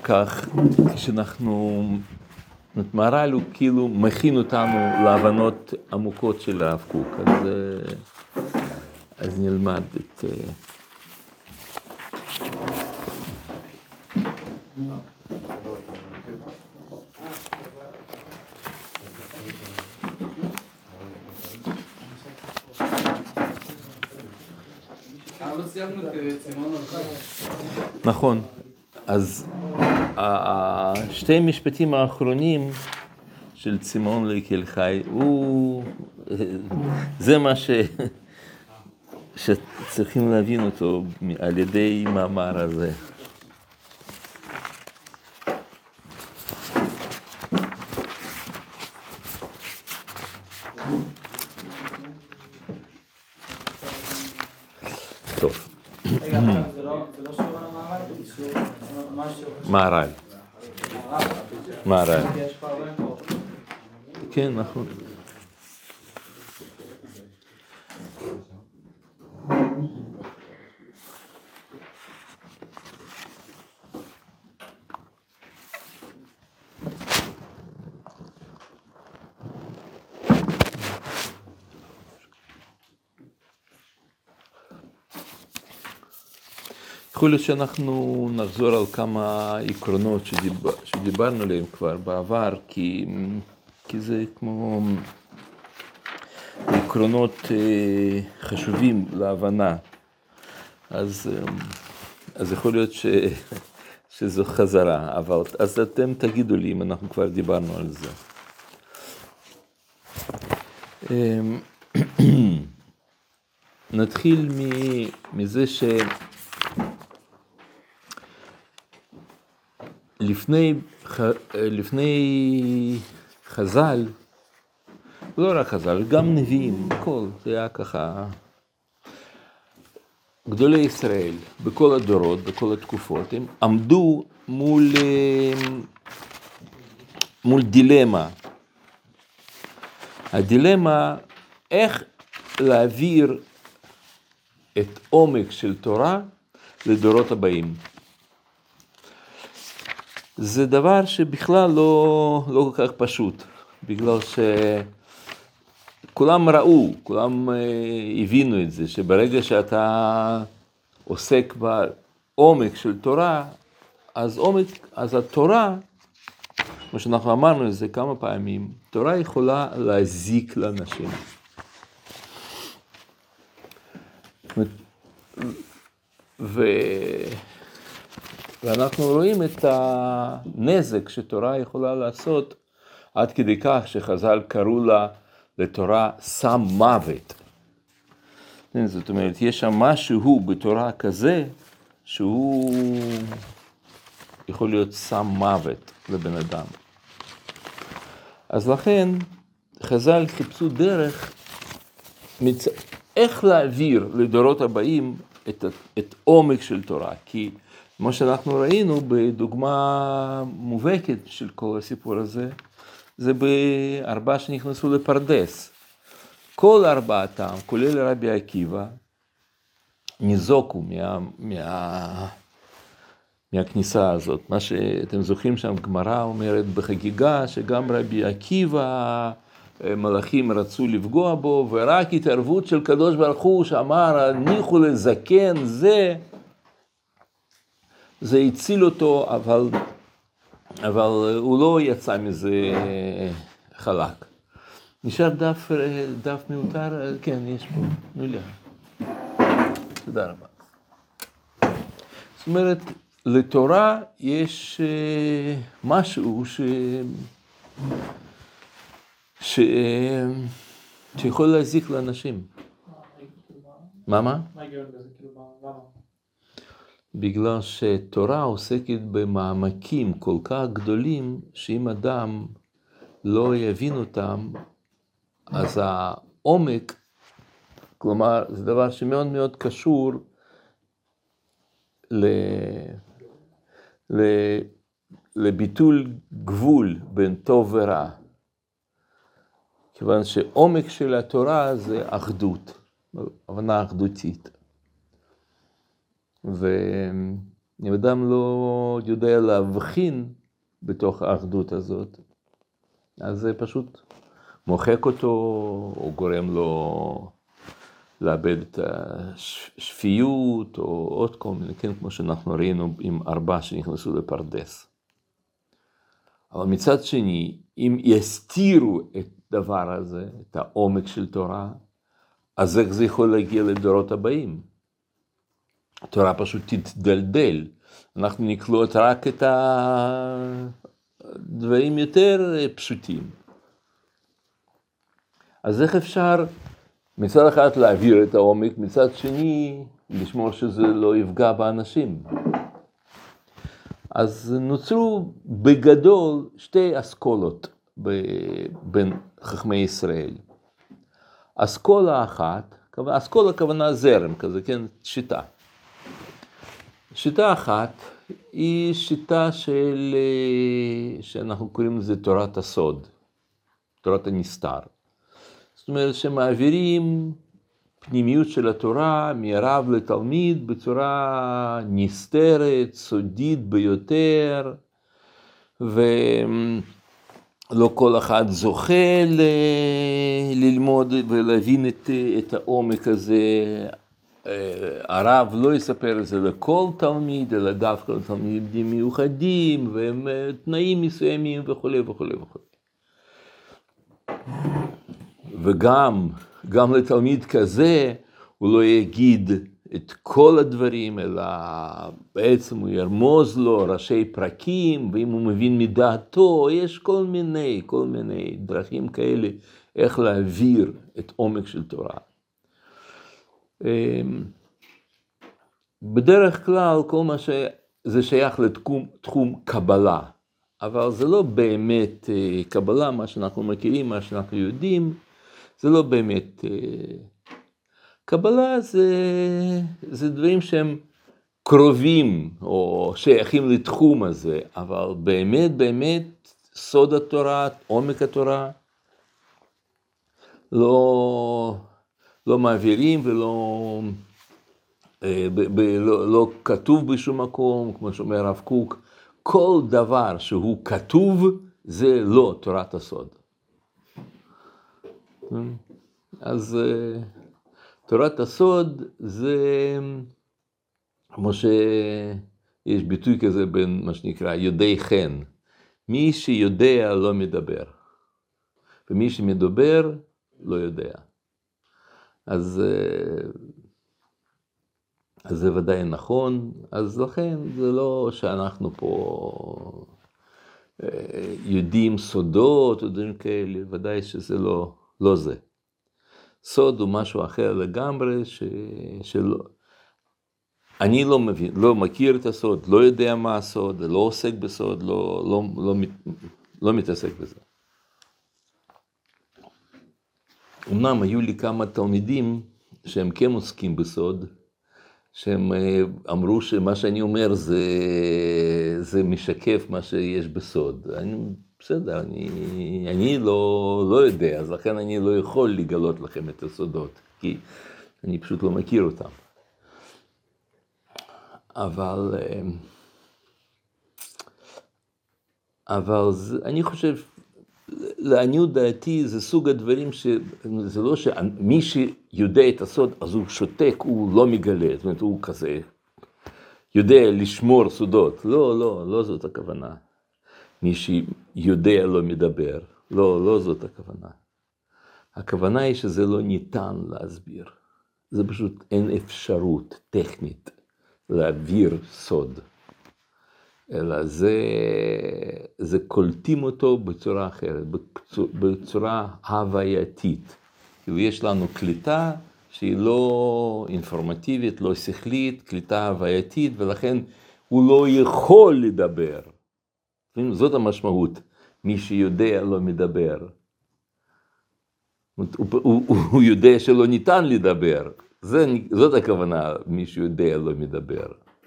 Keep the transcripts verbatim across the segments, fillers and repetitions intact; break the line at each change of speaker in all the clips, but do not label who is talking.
כך, כשאנחנו, מהר"ל הוא כאילו מכין אותנו להבנות עמוקות של הרב קוק, אז, אז נלמד את... נכון, אז שתי משפטים האחרונים של צימון ליקל חי, הוא, זה מה ש... שצריכים להבין אותו על ידי מאמר הזה. טוב.
רגע, זה לא שוב על המאמר?
מהר"ל. מהר"ל.
יש פה הרבה פה.
כן, נכון. יכול להיות שאנחנו נחזור על כמה עקרונות שדיבר, שדיברנו עליהם כבר בעבר, כי, כי זה כמו עקרונות אה, חשובים להבנה. אז, אז יכול להיות ש, שזו חזרה, אבל אז אתם תגידו לי אם אנחנו כבר דיברנו על זה. נתחיל מזה ש... לפני, לפני חז"ל, לא רק חז"ל, גם נביאים, הכל, זה היה ככה. גדולי ישראל, בכל הדורות, בכל התקופות, הם עמדו מול, מול דילמה. הדילמה, איך להעביר את עומק של תורה לדורות הבאים. זה דבר שבכלל לא, לא כל כך פשוט, בגלל שכולם ראו, כולם הבינו את זה, שברגע שאתה עוסק בעומק של תורה, אז עומק, אז התורה, כמו שאנחנו אמרנו את זה כמה פעמים, תורה יכולה להזיק לאנשים. ו... ואנחנו רואים את הנזק שתורה יכולה לעשות, עד כדי כך שחז"ל קראו לה לתורה סם מוות. זאת אומרת, יש שם משהו בתורה כזה, שהוא יכול להיות סם מוות לבן אדם. אז לכן חז"ל חיפשו דרך, מצ... איך להעביר לדורות הבאים את, את עומק של תורה, כי כמו שאנחנו ראינו בדוגמה מובהקת של כל הסיפור הזה, זה בארבעה שנכנסו לפרדס. כל ארבעתם, כולל רבי עקיבא, ניזוקו מה, מה, מהכניסה הזאת. מה שאתם זוכרים שם, גמרא אומרת בחגיגה, שגם רבי עקיבא, מלאכים רצו לפגוע בו, ורק התערבות של קדוש ברוך הוא שאמר, ניחו לזקן זה, זה הציל אותו, אבל, אבל הוא לא יצא מזה חלק. נשאר דף, דף מיותר, כן, יש פה, נוליה. תודה רבה. זאת אומרת, לתורה יש משהו ש... ש... שיכול להזיק לאנשים. מה, מה?
מה הגיון בזה? כאילו, למה?
בגלל שתורה עוסקת במעמקים כל כך גדולים, שאם אדם לא יבין אותם, אז העומק, כלומר, זה דבר שמאוד מאוד קשור ל... ל... לביטול גבול בין טוב ורע. כיוון שעומק של התורה זה אחדות, הבנה אחדותית. ו... אם אדם לא יודע להבחין בתוך האחדות הזאת, אז זה פשוט מוחק אותו, או גורם לו לאבד את השפיות, או עוד כל מיני, כן, כמו שאנחנו ראינו עם ארבעה שנכנסו לפרדס. אבל מצד שני, אם יסתירו את הדבר הזה, את העומק של תורה, אז איך זה יכול להגיע לדורות הבאים? התורה פשוט תתדלדל. אנחנו נקלוט רק את הדברים יותר פשוטים. אז איך אפשר מצד אחד להעביר את העומק, מצד שני לשמור שזה לא יפגע באנשים? אז נוצרו בגדול שתי אסכולות בין חכמי ישראל. אסכולה אחת, אסכולה הכוונה זרם כזה, כן, שיטה. שיטה אחת היא שיטה של, שאנחנו קוראים לזה תורת הסוד, תורת הנסתר. זאת אומרת שמעבירים פנימיות של התורה מהרב לתלמיד בצורה נסתרת, סודית ביותר, ולא כל אחד זוכה ללמוד ולהבין את, את העומק הזה. הרב לא יספר את זה לכל תלמיד, אלא דווקא לתלמידים מיוחדים, והם תנאים מסוימים וכו' וכו' וכו'. וגם, גם לתלמיד כזה, הוא לא יגיד את כל הדברים, אלא בעצם הוא ירמוז לו ראשי פרקים, ואם הוא מבין מדעתו, יש כל מיני, כל מיני דרכים כאלה, איך להעביר את עומק של תורה. בדרך כלל, כל מה שזה שייך לתחום תחום קבלה, אבל זה לא באמת קבלה, מה שאנחנו מכירים, מה שאנחנו יודעים, זה לא באמת, קבלה זה, זה דברים שהם קרובים או שייכים לתחום הזה, אבל באמת, באמת, סוד התורה, עומק התורה, לא, לא מעבירים ולא, ב, ב, לא, לא כתוב בשום מקום, כמו שאומר הרב קוק, כל דבר שהוא כתוב זה לא תורת הסוד. אז תורת הסוד זה, כמו שיש ביטוי כזה בין מה שנקרא יודעי חן, מי שיודע לא מדבר, ומי שמדבר לא יודע. אז, אז זה ודאי נכון, אז לכן זה לא שאנחנו פה יודעים סודות או דברים כאלה, ודאי שזה לא, לא זה. סוד הוא משהו אחר לגמרי, ש, שלא, אני לא מבין, לא מכיר את הסוד, לא יודע מה הסוד, לא עוסק בסוד, לא, לא, לא, לא מתעסק בזה. אמנם היו לי כמה תלמידים שהם כן עוסקים בסוד, שהם אמרו שמה שאני אומר זה, זה משקף מה שיש בסוד. אני, בסדר, אני, אני לא, לא יודע, אז לכן אני לא יכול לגלות לכם את הסודות, כי אני פשוט לא מכיר אותם. אבל, אבל זה, אני חושב, לעניות דעתי זה סוג הדברים שזה לא שמי שיודע את הסוד אז הוא שותק, הוא לא מגלה, זאת אומרת הוא כזה יודע לשמור סודות, לא, לא, לא זאת הכוונה. מי שיודע לא מדבר, לא, לא זאת הכוונה. הכוונה היא שזה לא ניתן להסביר, זה פשוט אין אפשרות טכנית להעביר סוד. אלא זה, זה קולטים אותו בצורה אחרת, בצורה הווייתית. יש לנו קליטה שהיא לא אינפורמטיבית, לא שכלית, קליטה הווייתית, ולכן הוא לא יכול לדבר. זאת המשמעות, מי שיודע לא מדבר. הוא, הוא, הוא יודע שלא ניתן לדבר. זה, זאת הכוונה, מי שיודע לא מדבר.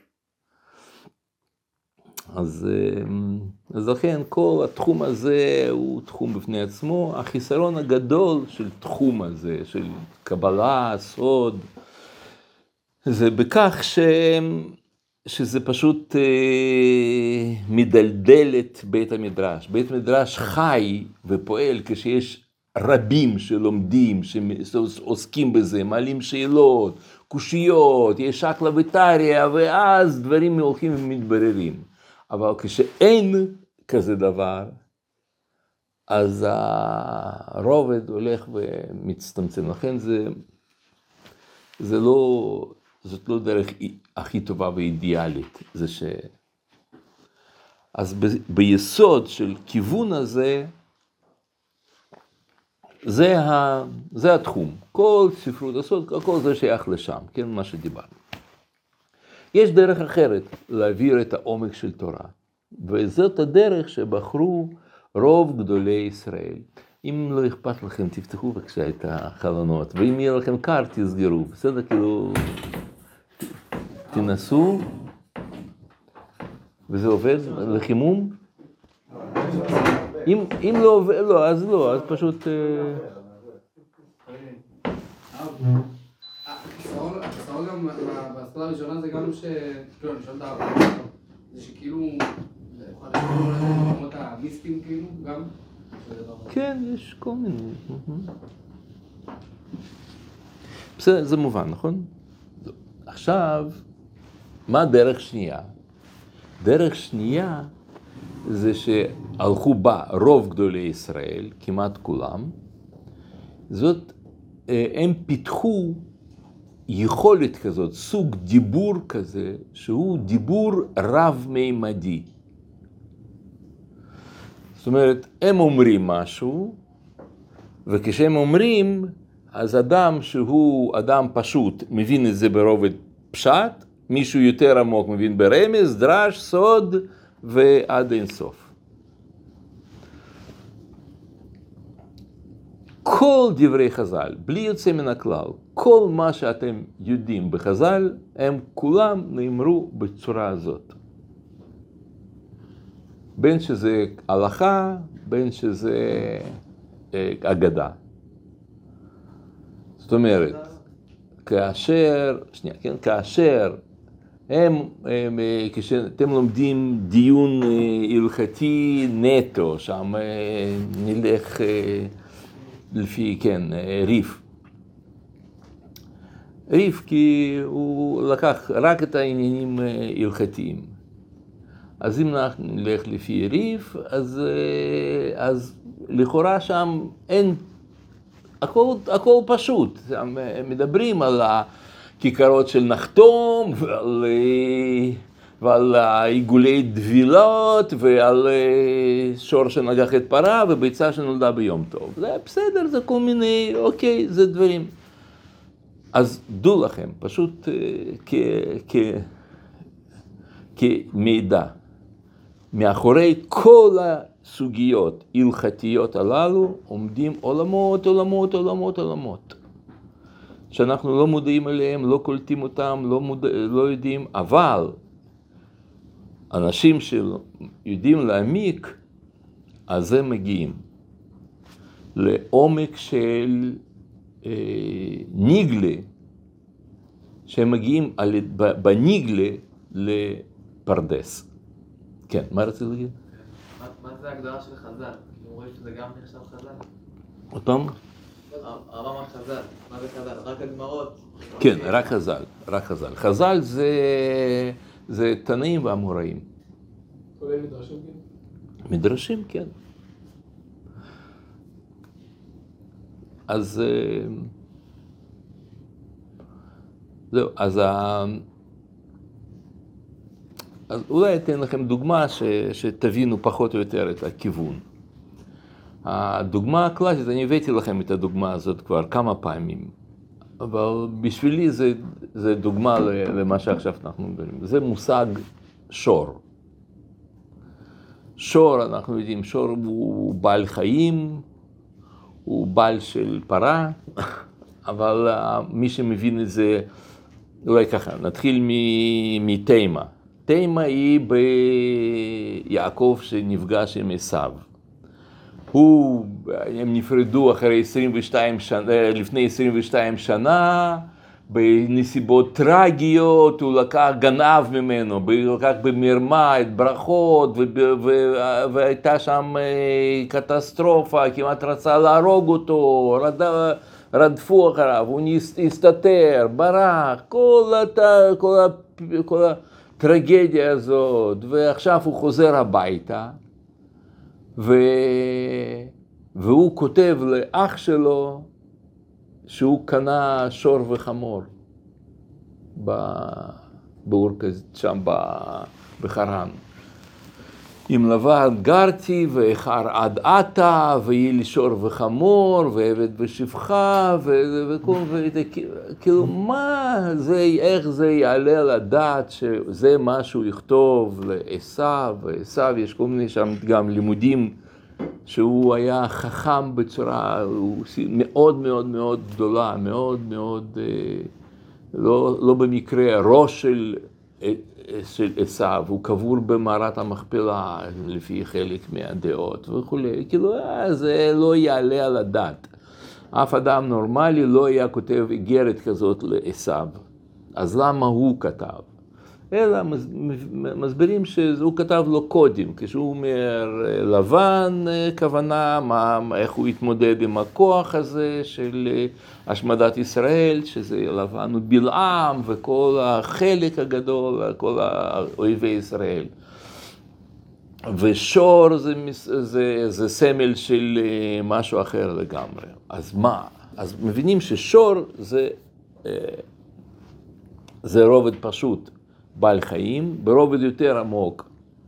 אז, אז לכן כל התחום הזה הוא תחום בפני עצמו. החיסרון הגדול של תחום הזה, של קבלה, סוד, זה בכך שזה פשוט אה, מדלדל את בית המדרש. בית המדרש חי ופועל כשיש רבים שלומדים, שעוסקים בזה, מעלים שאלות, קושיות, יש שקלא וטריא, ואז דברים הולכים ומתבררים. אבל כשאין כזה דבר, אז הרובד הולך ומצטמצם. לכן זה, זה לא, זאת לא דרך הכי טובה ואידיאלית. זה ש... אז ב, ביסוד של כיוון הזה, זה, ה, זה התחום. כל ספרות הסוד, הכל זה שייך לשם, כן, מה שדיברנו. יש דרך אחרת להעביר את העומק של תורה, וזאת הדרך שבחרו רוב גדולי ישראל. אם לא אכפת לכם, תפתחו בבקשה את החלונות, ואם יהיה לכם קר, תסגרו, בסדר? כאילו, תנסו, וזה עובד לחימום? אם, אם לא עובד, לא, אז לא, אז פשוט...
החיסרון גם בהשכלה הראשונה זה גם ש... כאילו, אני שואל את העבודה, זה שכאילו, זה יכול להיות במקומות המיסטיים כאילו, גם?
כן, יש כל מיני. בסדר, זה מובן, נכון? עכשיו, מה דרך שנייה? דרך שנייה זה שהלכו בה רוב גדולי ישראל, כמעט כולם, זאת, הם פיתחו יכולת כזאת, סוג דיבור כזה, שהוא דיבור רב-מימדי. זאת אומרת, הם אומרים משהו, וכשהם אומרים, אז אדם שהוא אדם פשוט מבין את זה ברובד פשט, מישהו יותר עמוק מבין ברמז, דרש, סוד ועד אין סוף. כל דברי חז"ל, בלי יוצא מן הכלל, כל מה שאתם יודעים בחז"ל, הם כולם נאמרו בצורה הזאת. בין שזה הלכה, בין שזה אגדה. זאת אומרת, כאשר, שנייה, כן, כאשר הם, הם, כשאתם לומדים דיון הלכתי נטו, שם נלך לפי, כן, ריף. ריף כי הוא לקח רק את העניינים הלכתיים. אז אם אנחנו נלך לפי ריף, אז, אז לכאורה שם אין, הכל, הכל פשוט. הם מדברים על הכיכרות של נחתום, ועל, ועל העיגולי דבילות, ועל שור שנגח את פרה, וביצה שנולדה ביום טוב. זה בסדר, זה כל מיני, אוקיי, זה דברים. אז דעו לכם, פשוט כ, כ, כמידע. מאחורי כל הסוגיות הלכתיות הללו עומדים עולמות, עולמות, עולמות, עולמות. שאנחנו לא מודעים אליהם, לא קולטים אותם, לא, מודע, לא יודעים, אבל אנשים שיודעים להעמיק, אז הם מגיעים לעומק של אה, ניגלה, שהם מגיעים על, בניגלה לפרדס. כן, מה רציתי להגיד?
מה זה ההגדרה של חז"ל? כאילו רואים שזה גם נחשב חז"ל?
עוד פעם?
הרב אמר חז"ל, מה זה חז"ל? רק הגמרות?
כן, רק חז"ל, רק חז"ל. חז"ל זה, זה תנאים ואמוראים.
כולל מדרשים כן?
מדרשים, כן. אז זהו, אז ה... אז אולי אתן לכם דוגמה ש, שתבינו פחות או יותר את הכיוון. הדוגמה הקלאסית, אני הבאתי לכם את הדוגמה הזאת כבר כמה פעמים, אבל בשבילי זה, זה דוגמה למה שעכשיו אנחנו מדברים. זה מושג שור. שור, אנחנו יודעים, שור הוא בעל חיים, הוא בעל של פרה, אבל מי שמבין את זה, אולי ככה, נתחיל מתימה. תימה היא ביעקב שנפגש עם עשיו. הוא, הם נפרדו אחרי עשרים ושתיים שנה, לפני עשרים ושתיים שנה, בנסיבות טרגיות, הוא לקח, גנב ממנו, הוא לקח במרמה את ברכות, והייתה שם קטסטרופה, כמעט רצה להרוג אותו, רדפו אחריו, הוא הסתתר, ברח, כל, הת... כל, ה... כל הטרגדיה הזאת, ועכשיו הוא חוזר הביתה, ו... והוא כותב לאח שלו שהוא קנה שור וחמור באורקז, שם בחרן. עם לבן גרתי ואיחר עד עתה, ויהי לי שור וחמור, ועבד ושפחה, וכל, כאילו, מה זה, איך זה יעלה על הדעת שזה מה שהוא יכתוב לעשיו, ועשיו יש כל מיני שם גם לימודים, שהוא היה חכם בצורה מאוד מאוד מאוד גדולה, מאוד מאוד, לא, לא במקרה, ראש של, של עשיו, הוא קבור במערת המכפלה לפי חלק מהדעות וכו'. כאילו, זה לא יעלה על הדעת. אף אדם נורמלי לא היה כותב איגרת כזאת לעשיו. אז למה הוא כתב? אלא מסבירים שהוא כתב לו קודים, כשהוא אומר לבן, כוונה, מה, איך הוא התמודד עם הכוח הזה של השמדת ישראל, שזה לבן ובלעם וכל החלק הגדול, כל האויבי ישראל. ושור זה, זה, זה סמל של משהו אחר לגמרי. אז מה? אז מבינים ששור זה, זה רובד פשוט. בעל חיים, ברובד יותר עמוק.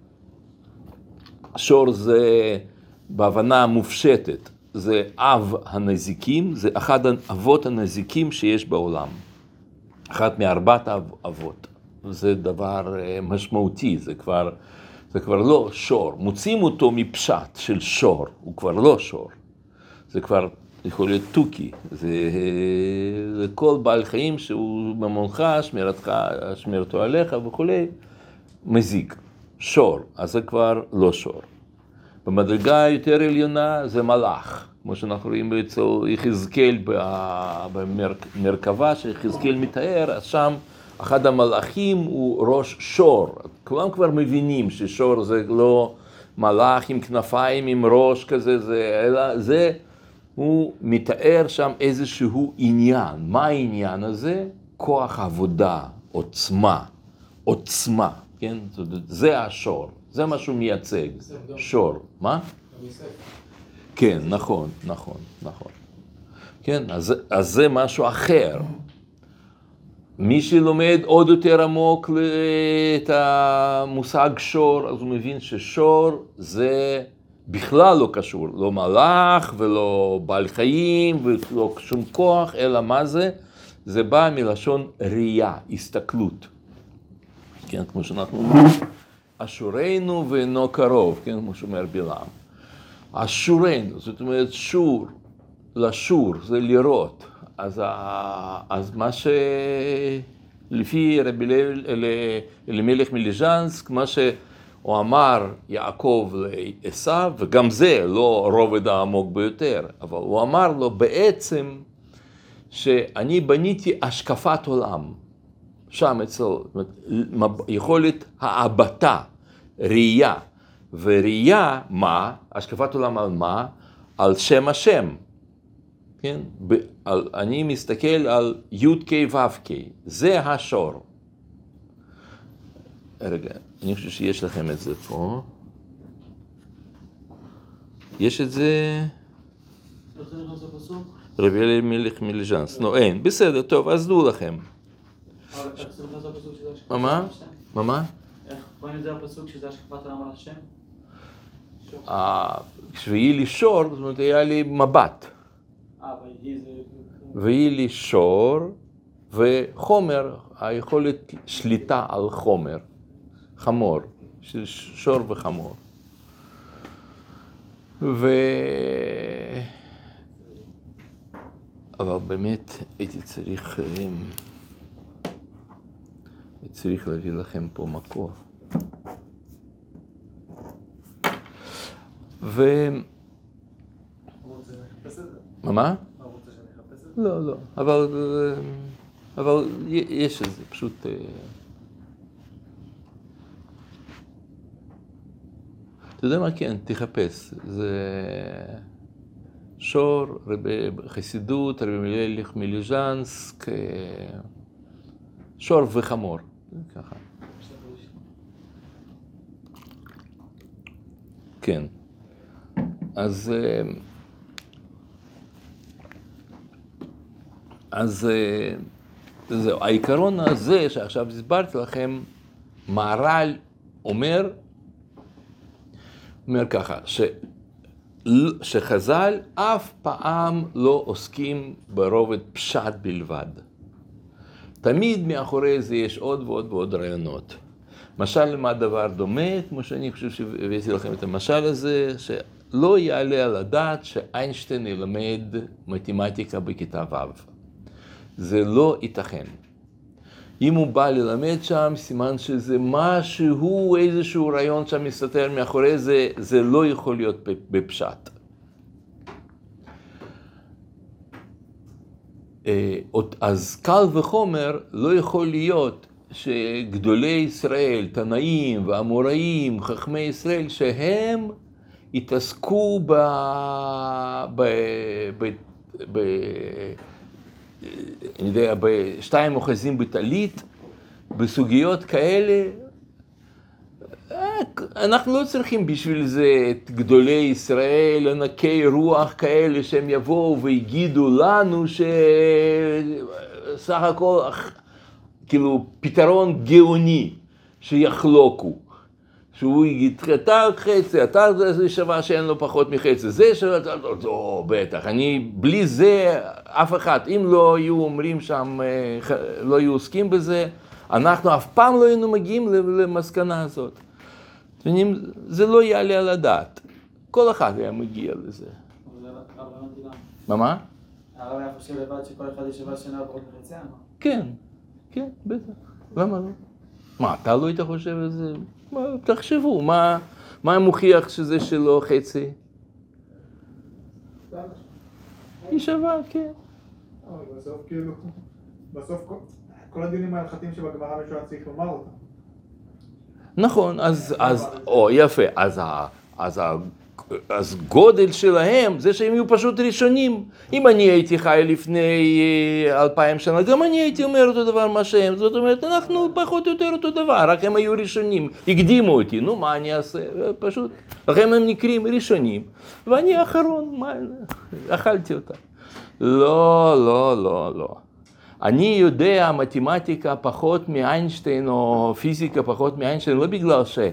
שור זה, בהבנה המופשטת, זה אב הנזיקים, זה אחד האבות הנזיקים שיש בעולם. אחת מארבעת האבות. זה דבר משמעותי, זה כבר, זה כבר לא שור. מוצאים אותו מפשט של שור, הוא כבר לא שור. זה כבר יכול להיות תוכי, זה, זה כל בעל חיים שהוא ממונך, שמירתך, שמירתו עליך וכו', מזיק, שור, אז זה כבר לא שור. במדרגה יותר עליונה זה מלאך, כמו שאנחנו רואים אצל יחזקאל במרכבה שיחזקאל מתאר, אז שם אחד המלאכים הוא ראש שור. כולם כבר מבינים ששור זה לא מלאך עם כנפיים, עם ראש כזה, זה, אלא זה, הוא מתאר שם איזשהו עניין. מה העניין הזה? כוח עבודה, עוצמה, עוצמה, כן? זה השור, זה מה שהוא מייצג, שור. מה? כן, נכון, נכון, נכון. כן, אז, אז זה משהו אחר. מי שלומד עוד יותר עמוק את המושג שור, אז הוא מבין ששור זה בכלל לא קשור, לא מלאך ולא בעל חיים ולא שום כוח, אלא מה זה? זה בא מלשון ראייה, הסתכלות. כן, כמו שאנחנו אומרים, אשורנו ואינו קרוב, כן, כמו שאומר בלעם. אשורנו, זאת אומרת שור, לשור, זה לראות. אז, אז מה שלפי רבי אלימלך מליז'נסק, מה שהוא אמר יעקב לעשיו, וגם זה לא רובד העמוק ביותר, אבל הוא אמר לו בעצם שאני בניתי השקפת עולם, שם אצל, יכולת העבטה, ראייה, וראייה מה? השקפת עולם על מה? על שם השם. כן? על, אני מסתכל על י' ק' ו' ק', זה השור. רגע, אני חושב שיש לכם את זה פה. יש את זה... רבי אלימלך מליז'נסק. לא, אין. בסדר, טוב, אז דעו לכם. מה? מה? מה? מה?
איך רואים את זה הפסוק שזה השקפת עולם על השם?
כשהיא לי שור, זאת אומרת, היה לי מבט. ויהי לי שור וחומר, היכולת שליטה על חומר, חמור, שור וחמור. ו... אבל באמת הייתי צריך, צריך להביא לכם פה מקור. ו... מה? מה? לא, לא, אבל אבל יש את זה, פשוט... אתה יודע מה? כן, תחפש. זה שור, חסידות, רבי מלך מליז'נסק, שור וחמור, ככה. כן. אז... אז זהו, העיקרון הזה שעכשיו הסברתי לכם, מהר"ל אומר, אומר ככה, ש, שחז"ל אף פעם לא עוסקים ברובד פשט בלבד. תמיד מאחורי זה יש עוד ועוד ועוד רעיונות. משל למה דבר דומה, כמו שאני חושב שהבאתי לכם את המשל הזה, שלא יעלה על הדעת שאיינשטיין ילמד מתמטיקה בכיתה ו'. זה לא ייתכן. אם הוא בא ללמד שם, סימן שזה משהו, איזשהו רעיון שם מסתתר מאחורי זה, זה לא יכול להיות בפשט. אז קל וחומר לא יכול להיות שגדולי ישראל, תנאים ואמוראים, חכמי ישראל, שהם התעסקו ב... ב... ב... ב... אני יודע, בשתיים אוחזים בטלית, בסוגיות כאלה, אנחנו לא צריכים בשביל זה את גדולי ישראל, ענקי רוח כאלה שהם יבואו ויגידו לנו שסך הכל, כאילו, פתרון גאוני שיחלוקו. שהוא יגיד, אתה חצי, אתה זה שווה שאין לו פחות מחצי, זה שווה, לא, בטח, אני, בלי זה, אף אחד, אם לא היו אומרים שם, לא היו עוסקים בזה, אנחנו אף פעם לא היינו מגיעים למסקנה הזאת. זה לא יעלה על הדעת. כל אחד היה מגיע לזה. מה מה?
הרב היה חושב לבד שכל אחד ישבה שנה פחות מחצי, מה?
כן, כן, בטח. למה לא? מה, אתה לא היית חושב על זה? תחשבו, מה, מה מוכיח שזה שלו חצי? היא שווה, כן.
בסוף כאילו, בסוף כל הדיונים ההלכתיים שבגמרא מישהו היה צריך לומר אותם.
נכון, אז, אז, או, יפה, אז, אז, אז גודל שלהם זה שהם יהיו פשוט ראשונים. אם אני הייתי חי לפני אלפיים שנה, גם אני הייתי אומר אותו דבר מה שהם, זאת אומרת, אנחנו פחות או יותר אותו דבר, רק הם היו ראשונים, הקדימו אותי, נו מה אני אעשה, פשוט, לכן הם נקראים ראשונים, ואני האחרון, מה, אכלתי אותה. לא, לא, לא, לא. אני יודע מתמטיקה פחות מאיינשטיין, או פיזיקה פחות מאיינשטיין, לא בגלל ש...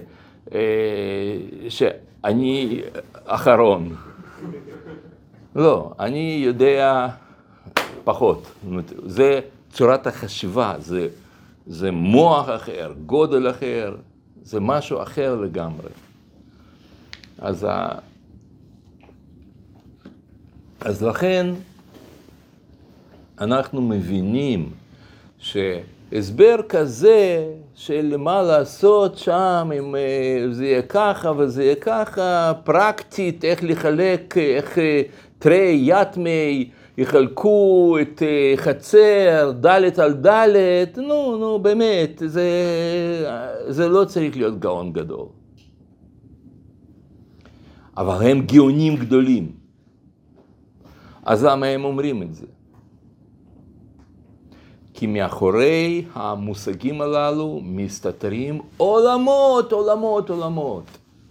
שאני אחרון. לא, אני יודע פחות. זה צורת החשיבה, זה, זה מוח אחר, גודל אחר, זה משהו אחר לגמרי. אז, ה... אז לכן אנחנו מבינים שהסבר כזה של מה לעשות שם, אם זה יהיה ככה וזה יהיה ככה, פרקטית, איך לחלק, איך תרי יתמי יחלקו את חצר, דלת על דלת, נו, נו, באמת, זה, זה לא צריך להיות גאון גדול. אבל הם גאונים גדולים. אז למה הם אומרים את זה? כי מאחורי המושגים הללו מסתתרים עולמות, עולמות, עולמות.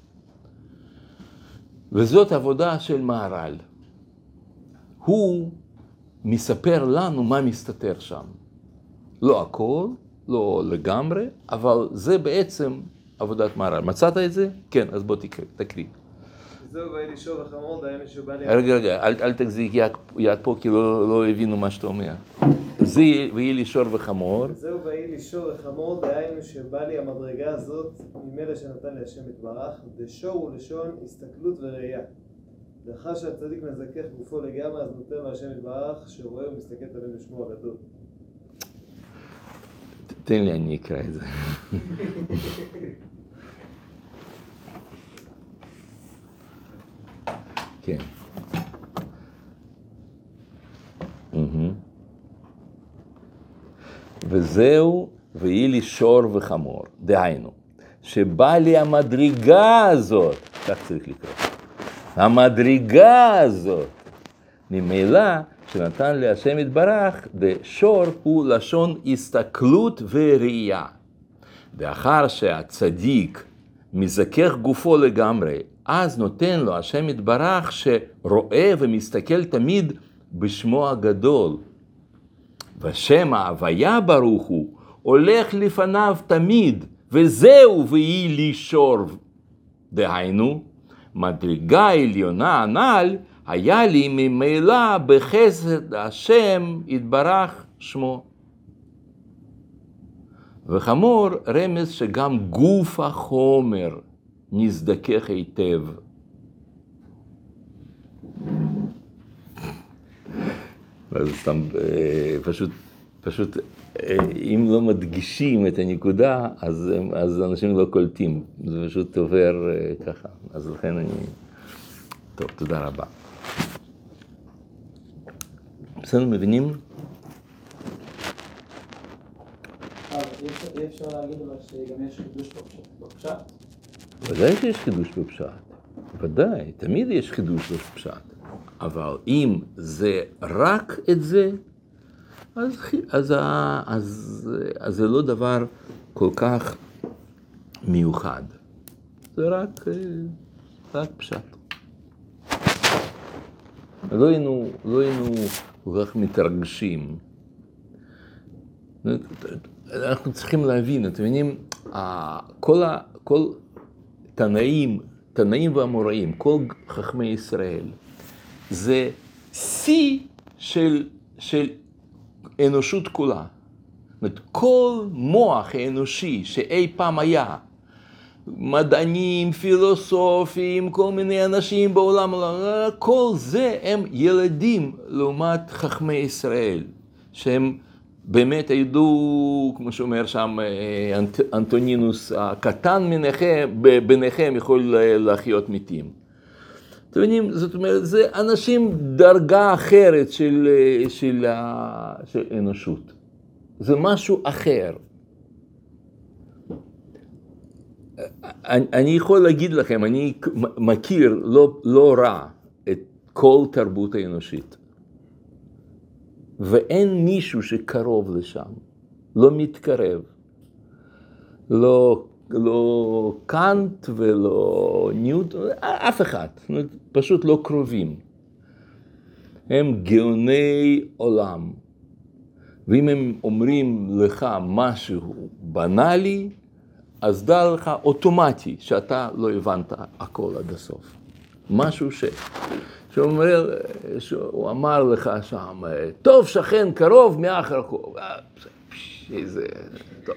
וזאת עבודה של מהר"ל. הוא מספר לנו מה מסתתר שם. לא הכל, לא לגמרי, אבל זה בעצם עבודת מהר"ל. מצאת את זה? כן, אז בוא תקריא.
זהו ויהי לשור וחמור, דהיינו שבא לי...
רגע, רגע, אל, אל תחזיק יד, יד פה, כי לא, לא הבינו מה שאתה אומר. זה ויהי לשור וחמור.
זהו ויהי לשור וחמור, דהיינו שבא לי המדרגה הזאת, ממילא שנתן לי השם יתברך, דשור ולשון, הסתכלות וראייה. לאחר שהצדיק מזכך גופו לגמרי, אז נותן לו השם יתברך, שרואה ומסתכל עליהם לשמו הגדול.
תן לי, אני אקרא את זה. כן. וזהו, ויהי לי שור וחמור. דהיינו, שבא לי המדרגה הזאת, כך צריך לקרוא, המדרגה הזאת, ממילא, שנתן לי השם יתברך, דשור הוא לשון הסתכלות וראייה. ואחר שהצדיק מזכך גופו לגמרי, אז נותן לו השם יתברך שרואה ומסתכל תמיד בשמו הגדול. ושם ההוויה ברוך הוא הולך לפניו תמיד, וזהו ויהי לי שור. דהיינו, מדרגה עליונה הנ"ל היה לי ממילא בחסד השם יתברך שמו. וחמור רמז שגם גוף החומר נזדכך היטב. אז סתם, פשוט, פשוט, אם לא מדגישים את הנקודה, אז, אז אנשים לא קולטים. זה פשוט עובר ככה. אז לכן אני... טוב, תודה רבה. בסדר, מבינים?
אי אפשר להגיד אבל שגם יש חידוש בפשט?
ודאי שיש חידוש בפשט. ודאי, תמיד יש חידוש בפשט. אבל אם זה רק את זה, אז, אז, אז, אז זה לא דבר כל כך מיוחד. זה רק, רק פשט. לא היינו, לא היינו כל כך מתרגשים. אנחנו צריכים להבין, אתם מבינים, כל, כל תנאים, תנאים ואמוראים, כל חכמי ישראל, זה שיא של, של אנושות כולה. זאת אומרת, כל מוח האנושי שאי פעם היה, מדענים, פילוסופים, כל מיני אנשים בעולם, כל זה הם ילדים לעומת חכמי ישראל, שהם באמת ידעו, כמו שאומר שם אנט, אנטונינוס, הקטן מנחם, ביניכם יכול לחיות מתים. אתם יודעים, זאת אומרת, זה אנשים דרגה אחרת של, של, של אנושות. זה משהו אחר. אני, אני יכול להגיד לכם, אני מכיר לא, לא רע את כל תרבות האנושית. ואין מישהו שקרוב לשם, לא מתקרב. לא, לא קאנט ולא ניוטון, אף אחד, פשוט לא קרובים. הם גאוני עולם. ואם הם אומרים לך משהו בנאלי, אז דע לך אוטומטי שאתה לא הבנת הכל עד הסוף. משהו ש... שאומר, שהוא אמר לך שם, טוב שכן קרוב מאח רחוק. איזה... טוב.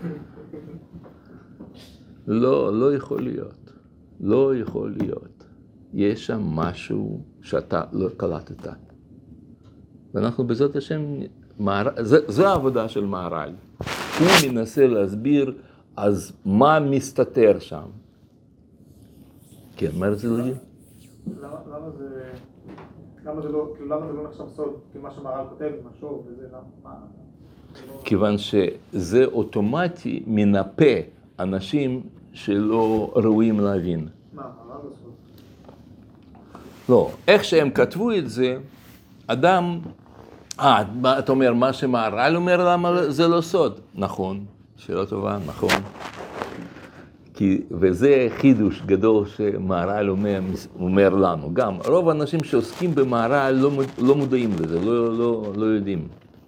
לא, לא יכול להיות. לא יכול להיות. יש שם משהו שאתה לא קלטת. ואנחנו בעזרת השם, זו העבודה של מהר"ל. הוא מנסה להסביר אז מה מסתתר שם. כן, מה רצית להגיד?
למה זה... למה זה לא, למה זה לא נחשב סוד? כי מה שמהר"ל כותב, משהו, וזה למה...
כיוון שזה אוטומטי מנפה אנשים שלא ראויים להבין.
מה, מה זה סוד?
לא, איך שהם כתבו את זה, אדם... אה, אתה אומר, מה שמהר"ל אומר, למה זה לא סוד? נכון, שאלה טובה, נכון. כי, וזה חידוש גדול שמהר"ל אומר, אומר לנו. גם רוב האנשים שעוסקים במהר"ל לא, לא מודעים לזה, לא, לא, לא יודעים.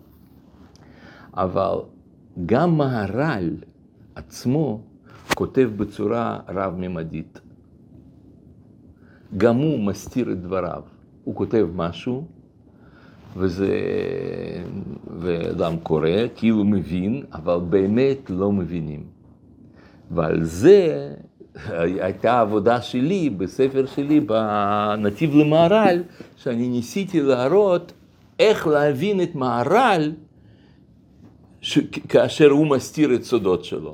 אבל גם מהר"ל עצמו כותב בצורה רב-ממדית. גם הוא מסתיר את דבריו. הוא כותב משהו, וזה, ואדם קורא, כאילו מבין, אבל באמת לא מבינים. ועל זה הייתה העבודה שלי, בספר שלי, בנתיב למהר"ל, שאני ניסיתי להראות איך להבין את מהר"ל, כאשר הוא מסתיר את סודות שלו.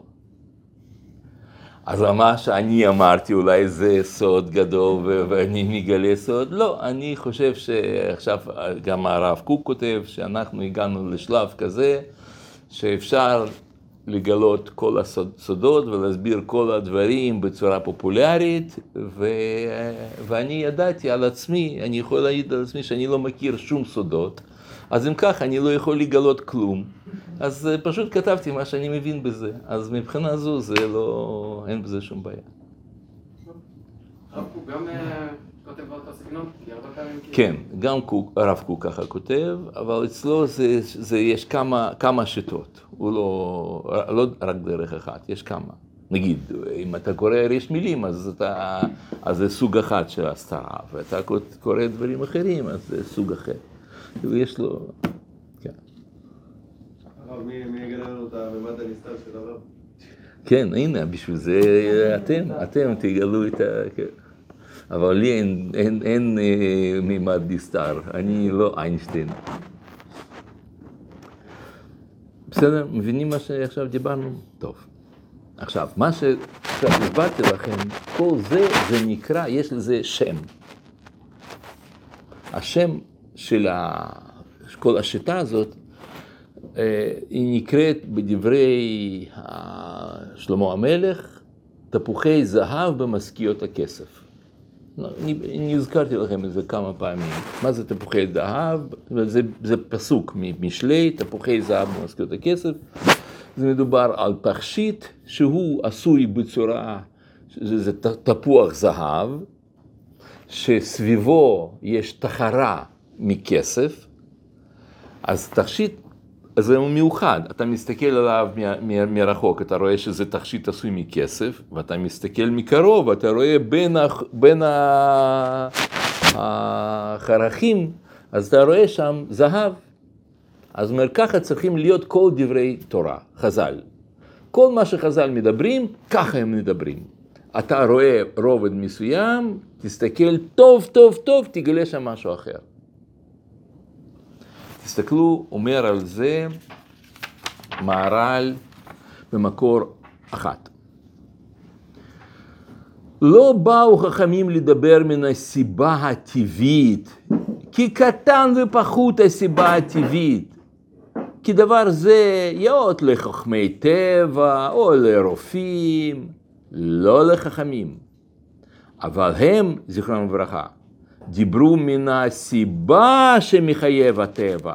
אז מה שאני אמרתי, אולי זה סוד גדול ואני מגלה סוד, לא, אני חושב שעכשיו גם הרב קוק כותב שאנחנו הגענו לשלב כזה, שאפשר לגלות כל הסודות ולהסביר כל הדברים בצורה פופולרית, ו... ואני ידעתי על עצמי, אני יכול להעיד על עצמי שאני לא מכיר שום סודות, אז אם כך אני לא יכול לגלות כלום, אז פשוט כתבתי מה שאני מבין בזה, אז מבחינה זו זה לא, אין בזה שום בעיה.
הרב קוק גם כותב באותו סגנון? כי הרבה פעמים...
כן, גם הרב קוק ככה כותב, אבל אצלו זה, זה יש כמה, כמה שיטות, הוא לא, לא רק דרך אחת, יש כמה. נגיד, אם אתה קורא ריש מילים, אז, אתה, אז זה סוג אחד של הסתרה, ואתה קורא דברים אחרים, אז זה סוג אחר. ויש לו, כן.
הרב, מי יגלה לנו את הממד הנסתר של הרב?
כן, הנה, בשביל זה אתם, אתם תגלו את ה... כן. אבל לי אין, אין, אין אה, מימד נסתר, אני לא איינשטיין. בסדר, מבינים מה שעכשיו דיברנו? טוב. עכשיו, מה שעכשיו הסברתי לכם, כל זה, זה נקרא, יש לזה שם. השם של ה... כל השיטה הזאת, היא נקראת בדברי שלמה המלך, תפוחי זהב במשכיות הכסף. אני, אני הזכרתי לכם את זה כמה פעמים. מה זה תפוחי זהב? זה, זה פסוק ממשלי, תפוחי זהב במשכיות הכסף. זה מדובר על תכשיט שהוא עשוי בצורה, זה, זה תפוח זהב, שסביבו יש תחרה מכסף, אז תכשיט, אז הוא מיוחד. אתה מסתכל עליו מ- מ- מרחוק, אתה רואה שזה תכשיט עשוי מכסף, ואתה מסתכל מקרוב, אתה רואה בין, ה- בין ה- החרכים, אז אתה רואה שם זהב. אז אומר, ככה צריכים להיות כל דברי תורה, חז"ל. כל מה שחז"ל מדברים, ככה הם מדברים. אתה רואה רובד מסוים, תסתכל טוב, טוב, טוב, תגלה שם משהו אחר. תסתכלו, אומר על זה מהר"ל במקור אחת. לא באו חכמים לדבר מן הסיבה הטבעית, כי קטן ופחות הסיבה הטבעית. כי דבר זה יאות לחכמי טבע או לרופאים, לא לחכמים. אבל הם, זכרם לברכה, דיברו מן הסיבה שמחייב הטבע.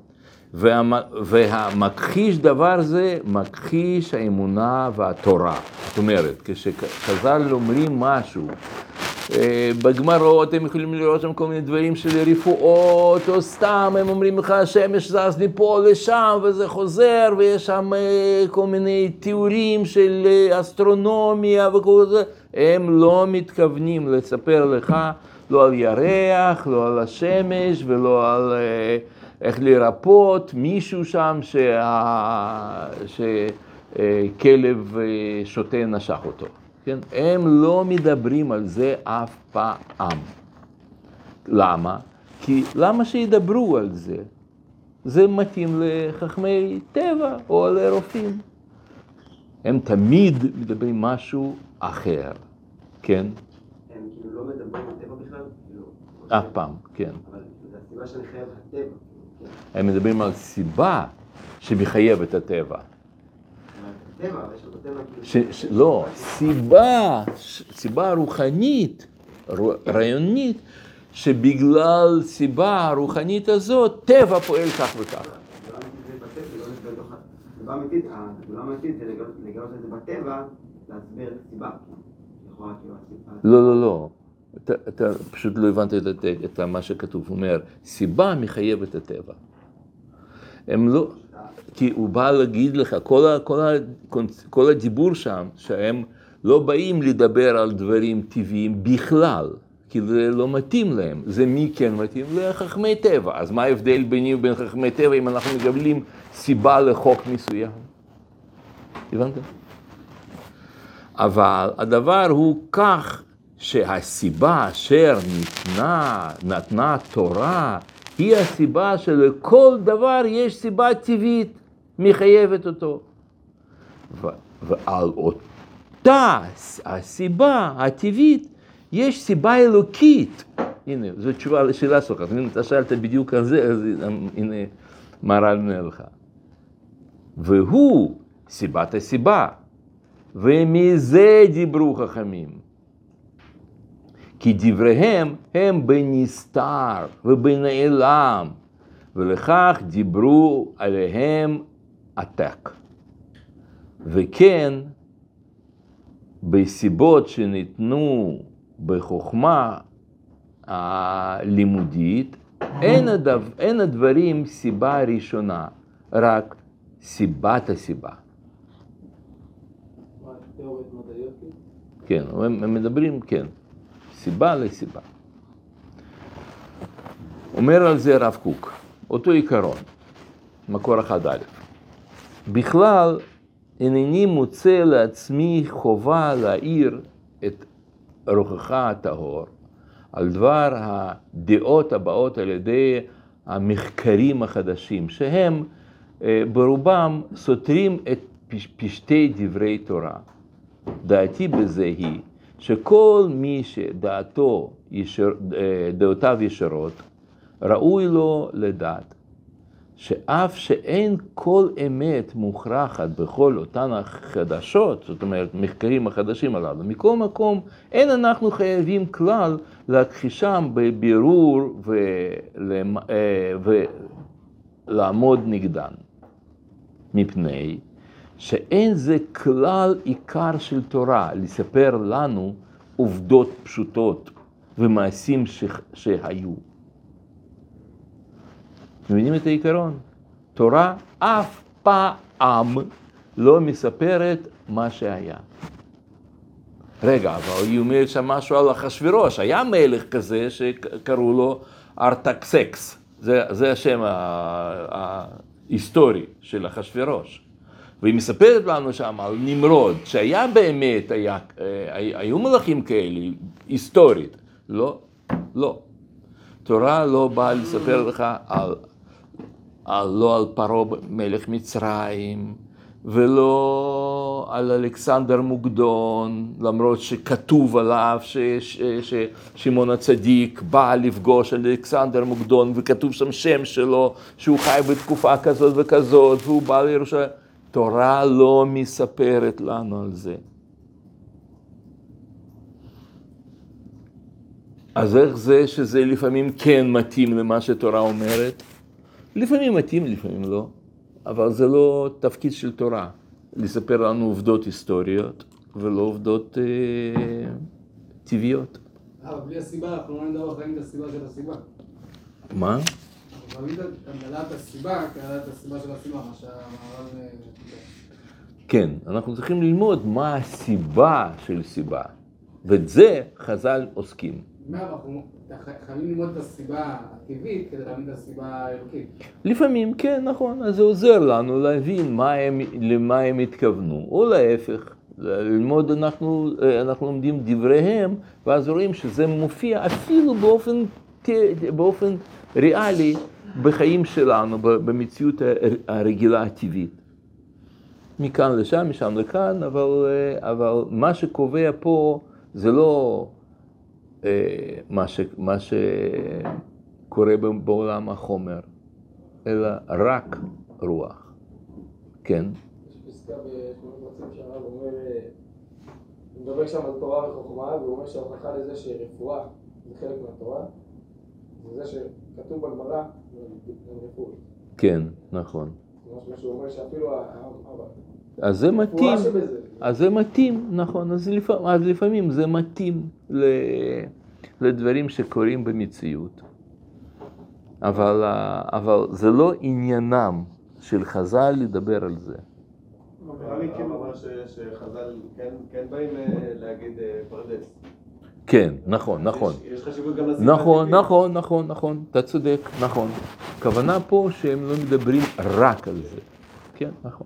והמכחיש דבר זה, מכחיש האמונה והתורה. זאת אומרת, כשחז"ל אומרים משהו, בגמרות הם יכולים לראות שם כל מיני דברים של רפואות, או סתם הם אומרים לך, השמש זז מפה לשם, וזה חוזר, ויש שם כל מיני תיאורים של אסטרונומיה וכל זה, הם לא מתכוונים לספר לך, לא על ירח, לא על השמש, ולא על איך לרפות מישהו שם שה... שכלב שוטה נשך אותו. כן? הם לא מדברים על זה אף פעם. למה? כי למה שידברו על זה? זה מתאים לחכמי טבע או לרופאים. הם תמיד מדברים משהו אחר, כן?
הם כאילו לא מדברים על טבע בכלל?
אף פעם, כן.
אבל זו הסיבה שאני חייב הטבע.
הם מדברים על סיבה שמחייב את הטבע.
טבע, יש לו טבע
כאילו... לא, סיבה, סיבה רוחנית, רעיונית, שבגלל סיבה הרוחנית הזאת, טבע פועל כך וכך.
הסיבה האמיתית, הגדולה האמיתית זה לגלות את זה בטבע, להסביר את הסיבה.
לא, לא, לא. אתה, אתה פשוט לא הבנת את, את, את מה שכתוב. הוא אומר, סיבה מחייבת את הטבע. הם לא... כי הוא בא להגיד לך, כל, ה, כל, ה, כל הדיבור שם, שהם לא באים לדבר על דברים טבעיים בכלל, כי זה לא מתאים להם. זה מי כן מתאים? לחכמי טבע. אז מה ההבדל ביני ובין חכמי טבע אם אנחנו מקבלים סיבה לחוק מסוים? הבנתם? אבל הדבר הוא כך שהסיבה אשר ניתנה, נתנה תורה, היא הסיבה שלכל דבר יש סיבה טבעית מחייבת אותו. ו- ועל אותה הסיבה הטבעית יש סיבה אלוקית. הנה, זו תשובה לשאלה שלך. אז הנה, אתה שאלת בדיוק על זה, אז הנה, מהר"ל עונה לך. והוא סיבת הסיבה, ומזה דיברו חכמים. כי דבריהם הם בנסתר ובנעלם, ולכך דיברו עליהם עתק. וכן, בסיבות שניתנו בחוכמה הלימודית, אין, הדבר, אין הדברים סיבה ראשונה, רק סיבת הסיבה.
מה, תיאוריות מדעיות?
כן, הם, הם מדברים, כן, סיבה לסיבה. אומר על זה רב קוק, אותו עיקרון, מקור אחד א', בכלל אינני מוצא לעצמי חובה להעיר את רוחך הטהור על דבר הדעות הבאות על ידי המחקרים החדשים, שהם ברובם סותרים את פשטי דברי תורה. דעתי בזה היא שכל מי שדעתו ישר, דעותיו ישרות, ראוי לו לדעת שאף שאין כל אמת מוכרחת בכל אותן החדשות, זאת אומרת מחקרים החדשים הללו, מכל מקום אין אנחנו חייבים כלל להכחישם בבירור ולעמוד נגדן, מפני שאין זה כלל עיקר של תורה לספר לנו עובדות פשוטות ומעשים שהיו. מבינים את העיקרון? תורה אף פעם לא מספרת מה שהיה. רגע, אבל היא אומרת שם משהו על אחשוורוש. היה מלך כזה שקראו לו ארטקסקס. זה, זה השם ההיסטורי של אחשוורוש. והיא מספרת לנו שם על נמרוד, שהיה באמת, היה, היו מלכים כאלה, היסטורית. לא, לא. תורה לא באה לספר לך על, על, לא על פרעה מלך מצרים, ולא על אלכסנדר מוקדון, למרות שכתוב עליו ששמעון הצדיק בא לפגוש על אלכסנדר מוקדון, וכתוב שם שם שלו, שהוא חי בתקופה כזאת וכזאת, והוא בא לירושלים. תורה לא מספרת לנו על זה. אז איך זה שזה לפעמים כן מתאים למה שתורה אומרת? לפעמים מתאים, לפעמים לא. אבל זה לא תפקיד של תורה, לספר לנו עובדות היסטוריות ולא עובדות אה, טבעיות.
אבל בלי הסיבה, אנחנו לא נדע בחיים את הסיבה של הסיבה.
מה?
אנחנו חייבים לדעת את הסיבה, כי לדעת את הסיבה של הסיבה, מה שהמערב...
כן, אנחנו צריכים ללמוד מה הסיבה של סיבה, ואת זה חז"ל עוסקים.
מה, אנחנו חייבים ללמוד את הסיבה הטבעית כדי להבין את הסיבה האלוקית.
לפעמים, כן, נכון, אז זה עוזר לנו להבין מה הם, למה הם התכוונו, או להפך, ללמוד, אנחנו, אנחנו לומדים דבריהם, ואז רואים שזה מופיע אפילו באופן, באופן ריאלי בחיים שלנו, במציאות הרגילה הטבעית. מכאן לשם, משם לכאן, אבל, אבל מה שקובע פה זה לא מה, ש, מה שקורה בעולם החומר, אלא רק רוח. כן?
יש פסקה בשמונת רצים שהרב אומר, הוא מדבר שם על תורה וחוכמה, והוא אומר שההוכחה לזה שרפואה זה חלק מהתורה, זה זה שכתוב בגמרא, זה רפואה.
כן, נכון.
מה שהוא אומר שאפילו...
אז זה מתאים, אז זה מתאים, נכון, אז לפעמים, אז לפעמים זה מתאים לדברים שקורים במציאות. אבל, אבל זה לא עניינם של חז"ל לדבר על זה.
נראה לי כאילו מה שחז"ל כן באים להגיד פרדס.
כן, נכון, נכון.
יש חשיבות גם לסיבה.
נכון, נכון, נכון, נכון, אתה צודק, נכון. הכוונה פה שהם לא מדברים רק על זה. כן, נכון.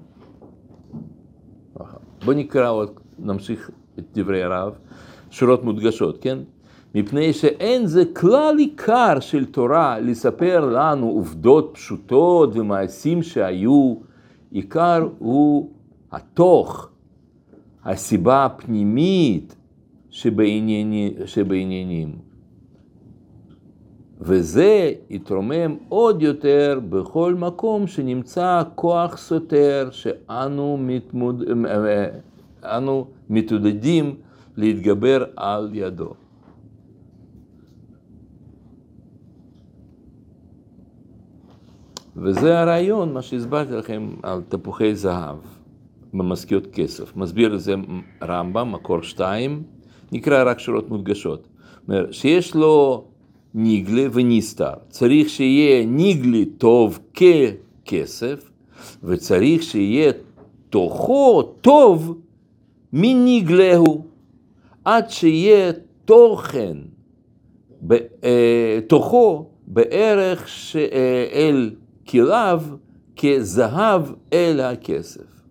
בוא נקרא עוד, נמשיך את דברי הרב, שורות מודגשות, כן? מפני שאין זה כלל עיקר של תורה לספר לנו עובדות פשוטות ומעשים שהיו, עיקר הוא התוך, הסיבה הפנימית שבעניינים. וזה יתרומם עוד יותר בכל מקום שנמצא כוח סותר שאנו מתמוד... אנו מתעודדים להתגבר על ידו. וזה הרעיון, מה שהסברתי לכם על תפוחי זהב במשכיות כסף. מסביר את זה רמב"ם, מקור שתיים, נקרא רק שורות מודגשות. אומר, שיש לו ניגלה ונסתר, צריך שיהיה ניגלה טוב ככסף, וצריך שיהיה תוכו טוב מניגלהו, עד שיהיה תוכן תוכו בערך אל כליו כזהב אל הכסף.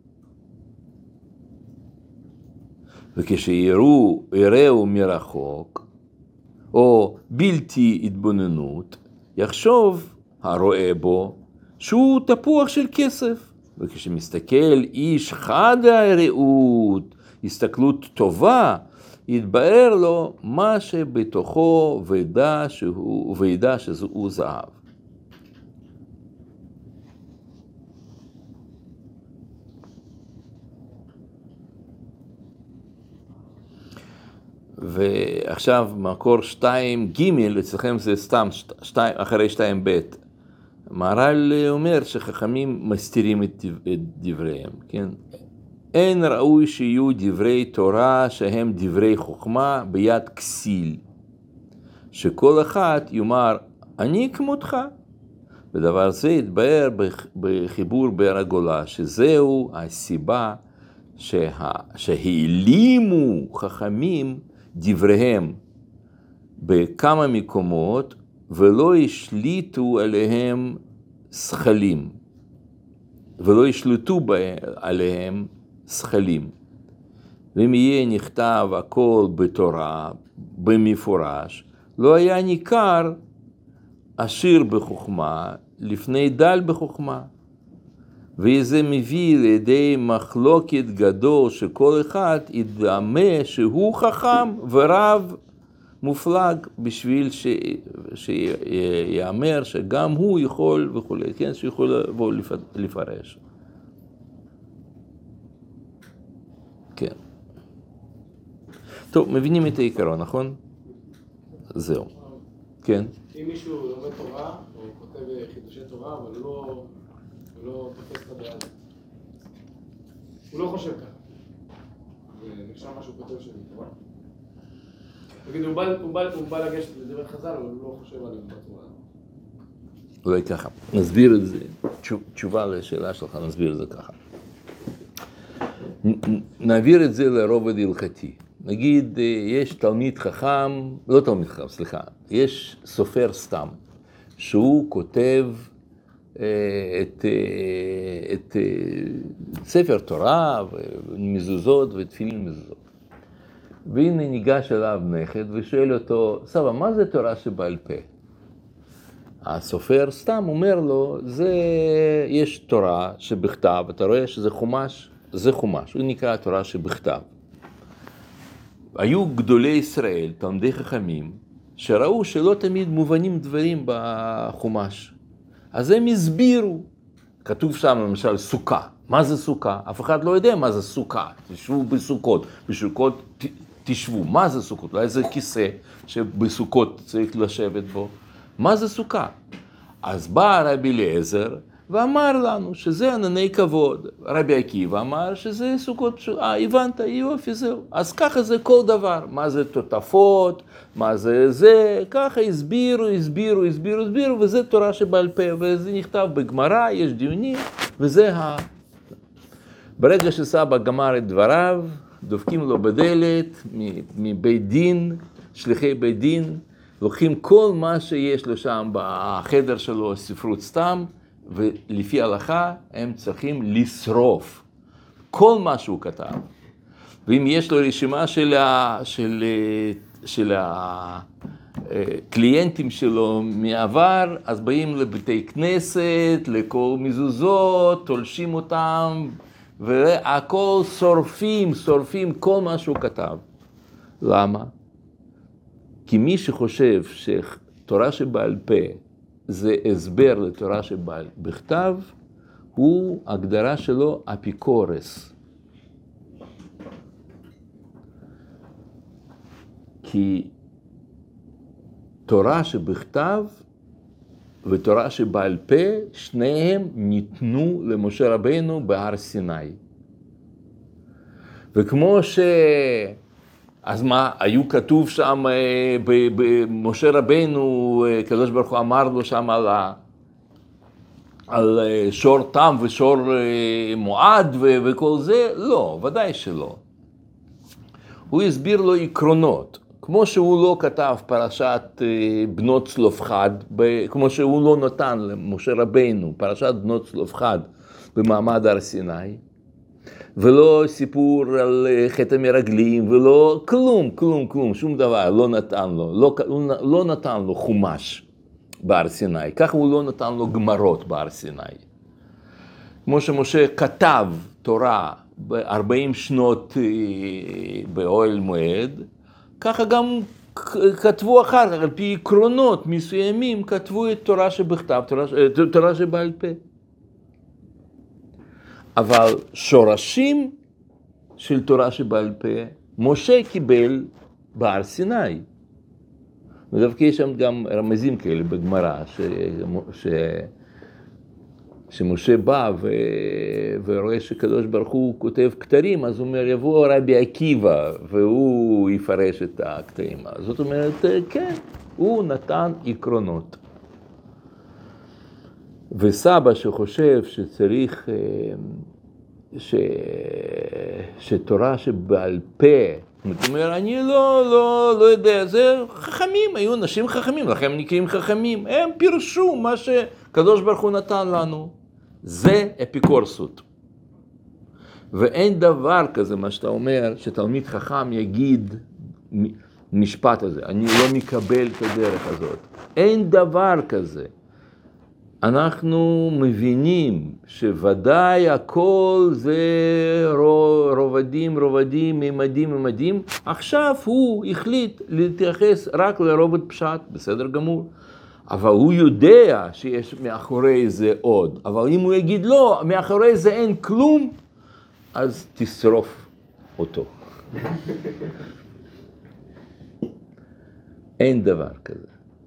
וכשיראו, יראו מרחוק, או בלתי התבוננות, יחשוב הרואה בו שהוא תפוח של כסף. וכשמסתכל איש חד הראות, הסתכלות טובה, יתבהר לו מה שבתוכו וידע שהוא, וידע שזהו זהב. ועכשיו מקור שתיים ג' אצלכם זה סתם שתיים, אחרי שתיים ב'. מהר"ל אומר שחכמים מסתירים את, את דבריהם, כן? אין ראוי שיהיו דברי תורה שהם דברי חוכמה ביד כסיל, שכל אחד יאמר אני כמותך. ודבר זה יתבהר בחיבור באר הגולה, שזהו הסיבה שה, שהעלימו חכמים דבריהם בכמה מקומות ולא השליטו עליהם שכלים, ולא השלטו עליהם שכלים. ואם יהיה נכתב הכל בתורה במפורש, לא היה ניכר עשיר בחוכמה לפני דל בחוכמה. וזה מביא לידי מחלוקת גדול שכל אחד ידמה שהוא חכם ורב מופלג בשביל ש... שיאמר שגם הוא יכול וכו', כן? שיכול לבוא לפרש. כן. טוב, מבינים את העיקרון, נכון? זהו. כן?
אם מישהו לומד תורה, או כותב חידושי תורה, אבל לא, לא תופס את הדעה הזאת. הוא לא חושב ככה. ונרשם משהו כותב של תורה. תגיד, הוא בא, הוא בא, הוא בא לגשת לדבר חז"ל, אבל הוא לא חושב עליהם בצורה.
אולי ככה, נסביר את זה, תשובה לשאלה שלך, נסביר את זה ככה. נעביר את זה לרובד הלכתי. נגיד, יש תלמיד חכם, לא תלמיד חכם, סליחה, יש סופר סתם, שהוא כותב את, את ספר תורה ומזוזות ותפילין מזוזות. והנה ניגש אליו נכד ושואל אותו, סבא, מה זה תורה שבעל פה? הסופר סתם אומר לו, זה, יש תורה שבכתב, אתה רואה שזה חומש, זה חומש, הוא נקרא תורה שבכתב. היו גדולי ישראל, תלמידי חכמים, שראו שלא תמיד מובנים דברים בחומש. אז הם הסבירו, כתוב שם למשל סוכה, מה זה סוכה? אף אחד לא יודע מה זה סוכה, תשבו בסוכות, בסוכות ת, תשבו, מה זה סוכות? אולי זה כיסא שבסוכות צריך לשבת בו, מה זה סוכה? אז בא רבי אליעזר ואמר לנו שזה ענני כבוד. רבי עקיבא אמר שזה סוכות, אה, הבנת, יופי, זהו. אז ככה זה כל דבר, מה זה תותפות, מה זה זה, ככה הסבירו, הסבירו, הסבירו, הסבירו, וזה תורה שבעל פה, וזה נכתב בגמרא, יש דיונים, וזה ה... ברגע שסבא גמר את דבריו, דופקים לו בדלת מבית דין, שליחי בית דין, לוקחים כל מה שיש לו שם בחדר שלו, ספרות סתם, ולפי ההלכה הם צריכים לשרוף כל מה שהוא כתב. ואם יש לו רשימה של, ה, של, של הקליינטים שלו מעבר, אז באים לבתי כנסת, לכל מזוזות, תולשים אותם, והכל שורפים, שורפים כל מה שהוא כתב. למה? כי מי שחושב תורה שבעל פה זה הסבר לתורה שבכתב, הוא הגדרה שלו אפיקורס. כי תורה שבכתב ותורה שבעל פה, שניהם ניתנו למשה רבינו בהר סיני. וכמו ש... אז מה, היו כתוב שם, במשה רבינו, הקדוש ברוך הוא אמר לו שם על, ה... על שור תם ושור מועד ו... וכל זה? לא, ודאי שלא. הוא הסביר לו עקרונות. כמו שהוא לא כתב פרשת בנות צלופחד, כמו שהוא לא נתן למשה רבינו פרשת בנות צלופחד במעמד הר סיני, ולא סיפור על חטא המרגלים, ולא כלום, כלום, כלום, שום דבר לא נתן לו, לא, לא נתן לו חומש בהר סיני, ככה הוא לא נתן לו גמרות בהר סיני. כמו שמשה כתב תורה ב-ארבעים שנות באוהל מועד, ככה גם כתבו אחר כך, על פי עקרונות מסוימים, כתבו את תורה שבכתב, תורה, תורה שבעל פה. אבל שורשים של תורה שבעל פה, משה קיבל בהר סיני. ודווקא יש שם גם רמזים כאלה בגמרא, ש... ש... שמשה בא ו... ורואה שקדוש ברוך הוא כותב כתרים, אז הוא אומר, יבוא רבי עקיבא, והוא יפרש את הכתרים. זאת אומרת, כן, הוא נתן עקרונות. וסבא שחושב שצריך, ש... שתורה שבעל פה, זאת אומרת, אני לא, לא, לא יודע, זה חכמים, היו אנשים חכמים, לכן נקראים חכמים, הם פירשו מה שקדוש ברוך הוא נתן לנו. זה אפיקורסות. ואין דבר כזה, מה שאתה אומר, שתלמיד חכם יגיד משפט הזה, אני לא מקבל את הדרך הזאת. אין דבר כזה. אנחנו מבינים שוודאי הכל זה רובדים, רובדים, ממדים, ממדים. עכשיו הוא החליט להתייחס רק לרובד פשט, בסדר גמור. אבל הוא יודע שיש מאחורי זה עוד. אבל אם הוא יגיד לא, מאחורי זה אין כלום, אז תשרוף אותו. אין דבר כזה.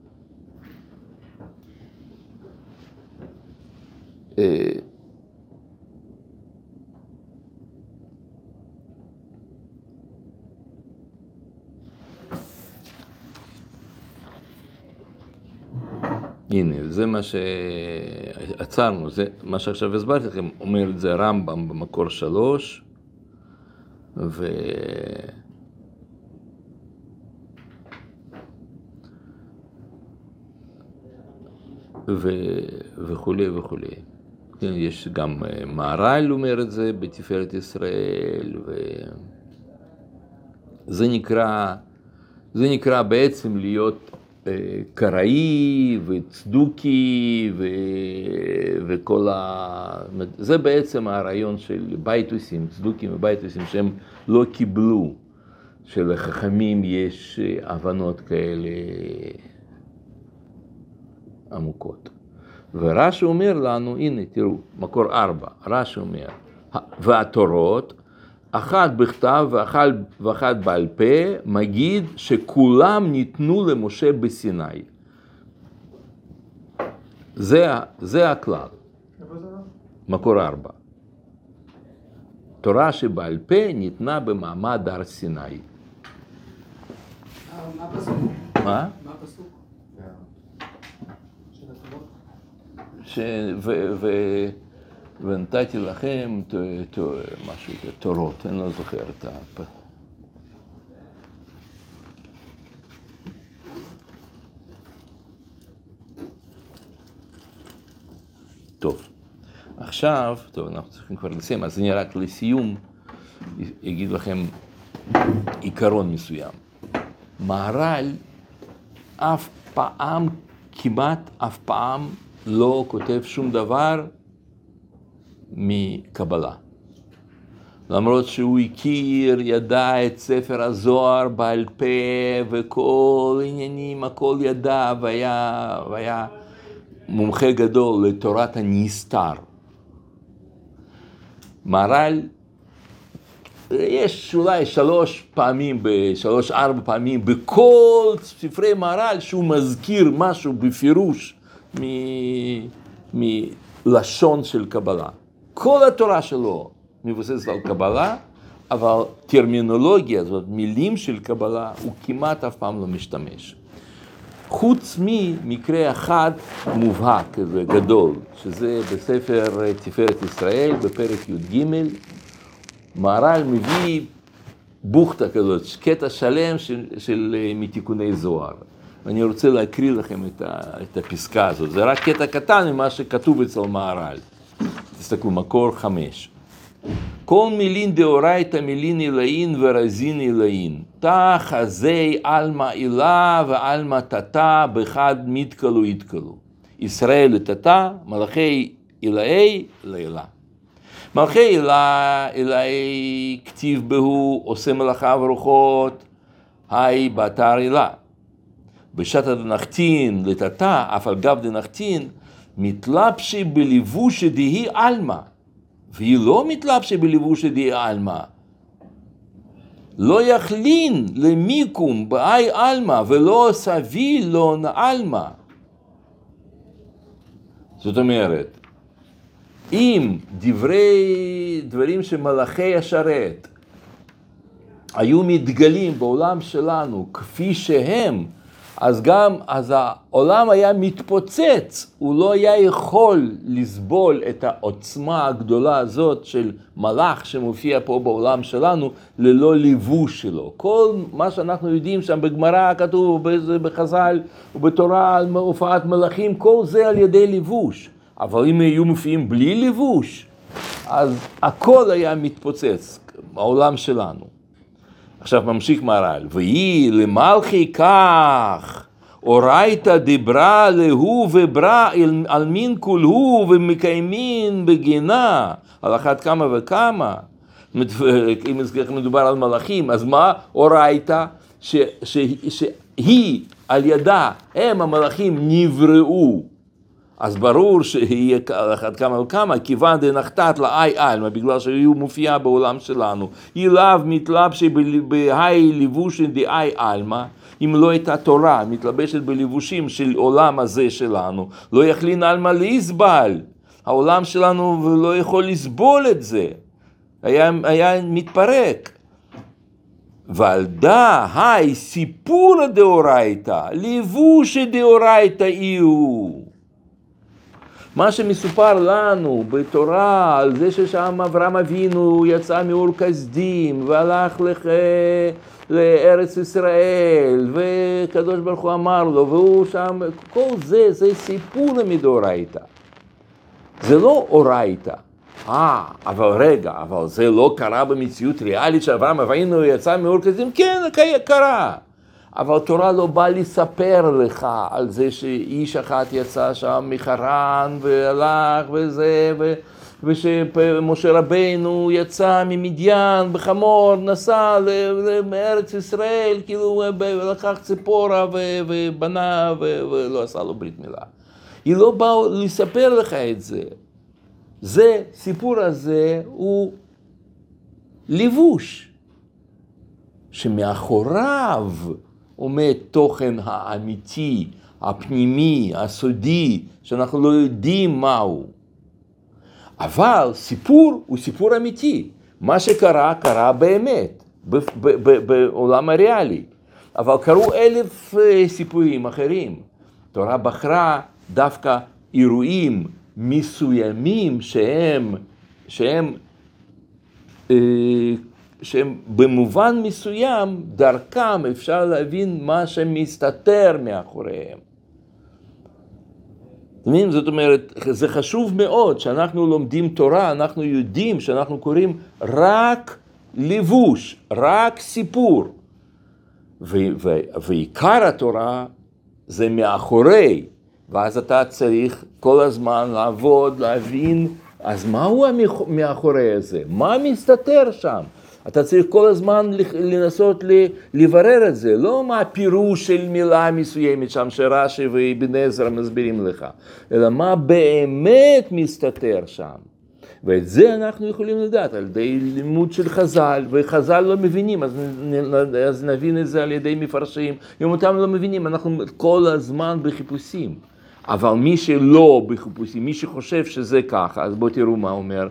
הנה, זה מה שעצרנו, זה מה שעכשיו הסברתי לכם, אומר את זה הרמב"ם במקור שלוש, ו... ו... וכולי וכולי. כן, יש גם מהר"ל אומר את זה בתפארת ישראל, וזה נקרא, זה נקרא בעצם להיות קראי וצדוקי ו... וכל ה... זה בעצם הרעיון של בייטוסים, צדוקים ובייטוסים שהם לא קיבלו, שלחכמים יש הבנות כאלה עמוקות. ורש"י אומר לנו, הנה תראו, מקור ארבע, רש"י אומר, והתורות, אחת בכתב ואחת, ואחת בעל פה, מגיד שכולם ניתנו למשה בסיני. זה, זה הכלל. מקור ארבע. תורה שבעל פה ניתנה במעמד הר סיני.
מה הפסוק?
מה?
מה הפסוק?
ש... ו... ו... ונתתי לכם ת... ת... משהו, תורות, אני לא זוכר את הפ... טוב, עכשיו, טוב, אנחנו צריכים כבר לסיים, אז אני רק לסיום אגיד לכם עיקרון מסוים. מהר"ל אף פעם, כמעט אף פעם, לא כותב שום דבר מקבלה. למרות שהוא הכיר, ידע את ספר הזוהר בעל פה וכל עניינים, הכל ידע, והיה, והיה מומחה גדול לתורת הנסתר. מהר"ל, יש אולי שלוש פעמים, שלוש ארבע פעמים, בכל ספרי מהר"ל שהוא מזכיר משהו בפירוש מ, מלשון של קבלה. כל התורה שלו מבוססת על קבלה, אבל טרמינולוגיה, זאת מילים של קבלה, הוא כמעט אף פעם לא משתמש. חוץ ממקרה אחד מובהק, כזה גדול, שזה בספר תפארת ישראל, בפרק י"ג, מהר"ל מביא בוכתה כזאת, קטע שלם של, של מתיקוני זוהר. ואני רוצה להקריא לכם את, ה, את הפסקה הזאת. זה רק קטע קטן ממה שכתוב אצל מהר"ל. תסתכלו, מקור חמש. כל מילין דאורייתא מילין עילאין ורזין עילאין. תא חזי עלמא עילה ועלמא תתא בחד מתקלו יתקלו. ישראל לתתא, מלאכי עילאי לעילה. מלאכי עילה, עילאי כתיב בהו, עושה מלאכה ורוחות, היי באתר עילה. בשעת דנחתין לתתא, אף על גב דנחתין, מתלבשי בלבוש דהי עלמא. והיא לא מתלבשי בלבוש דהי עלמא. לא יכלין למיקום באי עלמא, ולא סביל לא נעלמא. זאת אומרת, אם דברי, דברים שמלאכי השרת היו מתגלים בעולם שלנו כפי שהם, אז גם, אז העולם היה מתפוצץ, הוא לא היה יכול לסבול את העוצמה הגדולה הזאת של מלאך שמופיע פה בעולם שלנו ללא ליבוש שלו. כל מה שאנחנו יודעים שם בגמרא כתוב, בחז"ל ובתורה על הופעת מלאכים, כל זה על ידי ליבוש. אבל אם היו מופיעים בלי ליבוש, אז הכל היה מתפוצץ, העולם שלנו. עכשיו ממשיך מהר"ל, ויהי למלכי כך, אורייתא דיברה להוא וברא על מין כולהו ומקיימין בגינה, על אחת כמה וכמה. אם מדובר על מלאכים, אז מה אורייתא? שהיא על ידה, הם המלאכים נבראו. אז ברור שהיא אחת כמה וכמה, כיוון דנחתת לאי עלמא, בגלל שהיא מופיעה בעולם שלנו. היא לאו מתלבשי בהי לבושין דאי עלמא, אם לא הייתה תורה מתלבשת בלבושים של עולם הזה שלנו, לא יכלין עלמא להסבל. העולם שלנו לא יכול לסבול את זה. היה, היה מתפרק. ולדה היי סיפור דאורייתא, לבוש דאורייתא איהו. מה שמסופר לנו בתורה על זה ששם אברהם אבינו יצא מאור כסדים והלך לח... לארץ ישראל וקדוש ברוך הוא אמר לו והוא שם, כל זה זה סיפור מדאורייתא, זה לא אורייתא. אה, אבל רגע, אבל זה לא קרה במציאות ריאלית שאברהם אבינו יצא מאור כסדים? כן, קרה. אבל התורה לא באה לספר לך על זה שאיש אחת יצא שם מחרן והלך וזה, ו... ושמשה רבינו יצא ממדיין בחמור, נסע לארץ ישראל, כאילו לקח ציפורה ו... ובנה ו... ולא עשה לו ברית מילה. היא לא באה לספר לך את זה. זה, סיפור הזה הוא לבוש, שמאחוריו עומד תוכן האמיתי, הפנימי, הסודי, שאנחנו לא יודעים מהו. אבל סיפור הוא סיפור אמיתי. מה שקרה, קרה באמת, בעולם הריאלי. אבל קרו אלף סיפורים אחרים. התורה בחרה דווקא אירועים מסוימים שהם, שהם, שהם במובן מסוים, דרכם אפשר להבין מה שמסתתר מאחוריהם. זאת אומרת, זה חשוב מאוד שאנחנו לומדים תורה, אנחנו יודעים שאנחנו קוראים רק לבוש, רק סיפור. ועיקר התורה זה מאחורי, ואז אתה צריך כל הזמן לעבוד, להבין אז מהו מאחורי זה? מה מסתתר שם? אתה צריך כל הזמן לנסות לברר את זה, לא מה הפירוש של מילה מסוימת שם שרש"י ואבן עזרא מסבירים לך, אלא מה באמת מסתתר שם. ואת זה אנחנו יכולים לדעת על ידי לימוד של חז"ל, וחז"ל לא מבינים, אז, אז נבין את זה על ידי מפרשים. אם אותם לא מבינים, אנחנו כל הזמן בחיפושים. אבל מי שלא בחיפושים, מי שחושב שזה ככה, אז בואו תראו מה אומר.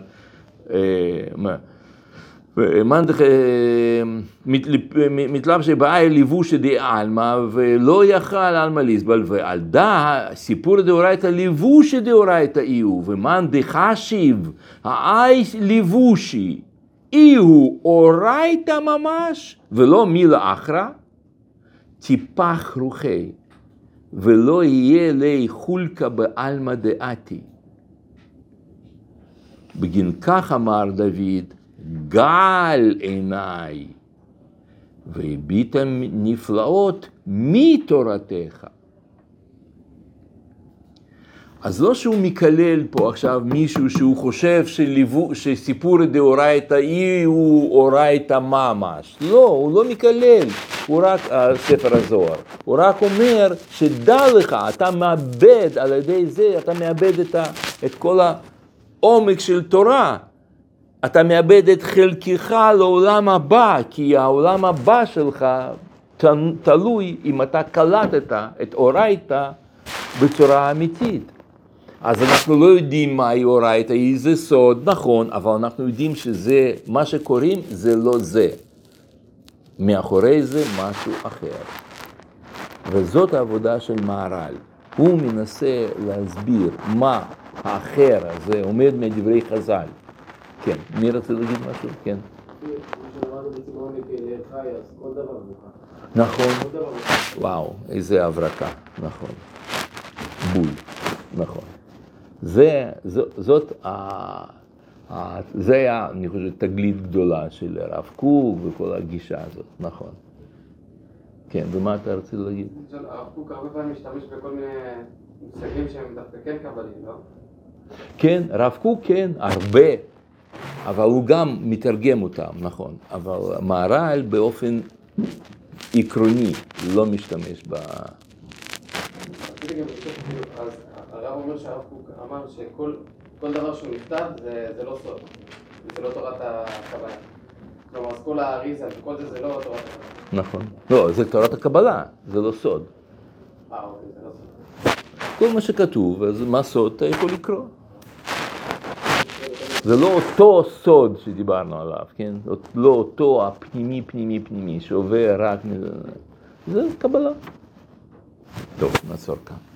מתלבש שבאה לבוש דעלמא ולא יכל עלמא לסבול, ועל דא סיפור דאורייתא לבוש דאורייתא איהו, ומאן דחשיב האי לבושי איהו אורייתא ממש ולא מילה אחרא, טיפח רוחי ולא יהיה לי חולקה בעלמא דעתי. בגין כך אמר דוד, גל עיניי והביט נפלאות מתורתך. אז לא שהוא מקלל פה עכשיו מישהו שהוא חושב שליוו, שסיפור דאורייתא הוא אורייתא ממש. לא, הוא לא מקלל, הוא רק, ספר הזוהר, הוא רק אומר שדע לך, אתה מאבד על ידי זה, אתה מאבד את, ה, את כל העומק של תורה. אתה מאבד את חלקך לעולם הבא, כי העולם הבא שלך תלוי אם אתה קלטת את אורייתא בצורה אמיתית. אז אנחנו לא יודעים מהי אורייתא, איזה סוד, נכון, אבל אנחנו יודעים שזה, מה שקוראים זה לא זה. מאחורי זה משהו אחר. וזאת העבודה של מהר"ל. הוא מנסה להסביר מה האחר הזה עומד מדברי חז"ל. כן, מי רוצה להגיד משהו? כן. נכון. וואו, איזה הברקה, נכון. בול, נכון. זה, זאת, זה היה, אני חושב, תגלית גדולה של הרב קוק וכל הגישה הזאת, נכון. כן, ומה אתה רוצה להגיד?
הרב קוק הרבה פעמים משתמש בכל מיני מושגים שהם דווקא כן קבלים, לא?
כן, הרב קוק כן, הרבה. אבל הוא גם מתרגם אותם, נכון. אבל מהר"ל באופן עקרוני לא משתמש ב...
אז הרב אומר שהרב קוק אמר שכל דבר שהוא נכתב זה לא סוד, זה לא תורת הקבלה. כלומר, אז כל האריזה וכל זה זה לא תורת הקבלה.
נכון. לא, זה תורת הקבלה, זה לא סוד.
אה, אוקיי, זה לא סוד.
כל מה שכתוב, אז מה סוד אתה יכול לקרוא. זה לא אותו סוד שדיברנו עליו, כן? לא אותו הפנימי, פנימי, פנימי, שעובר רק מזה. זה קבלה. טוב, נעצור כאן.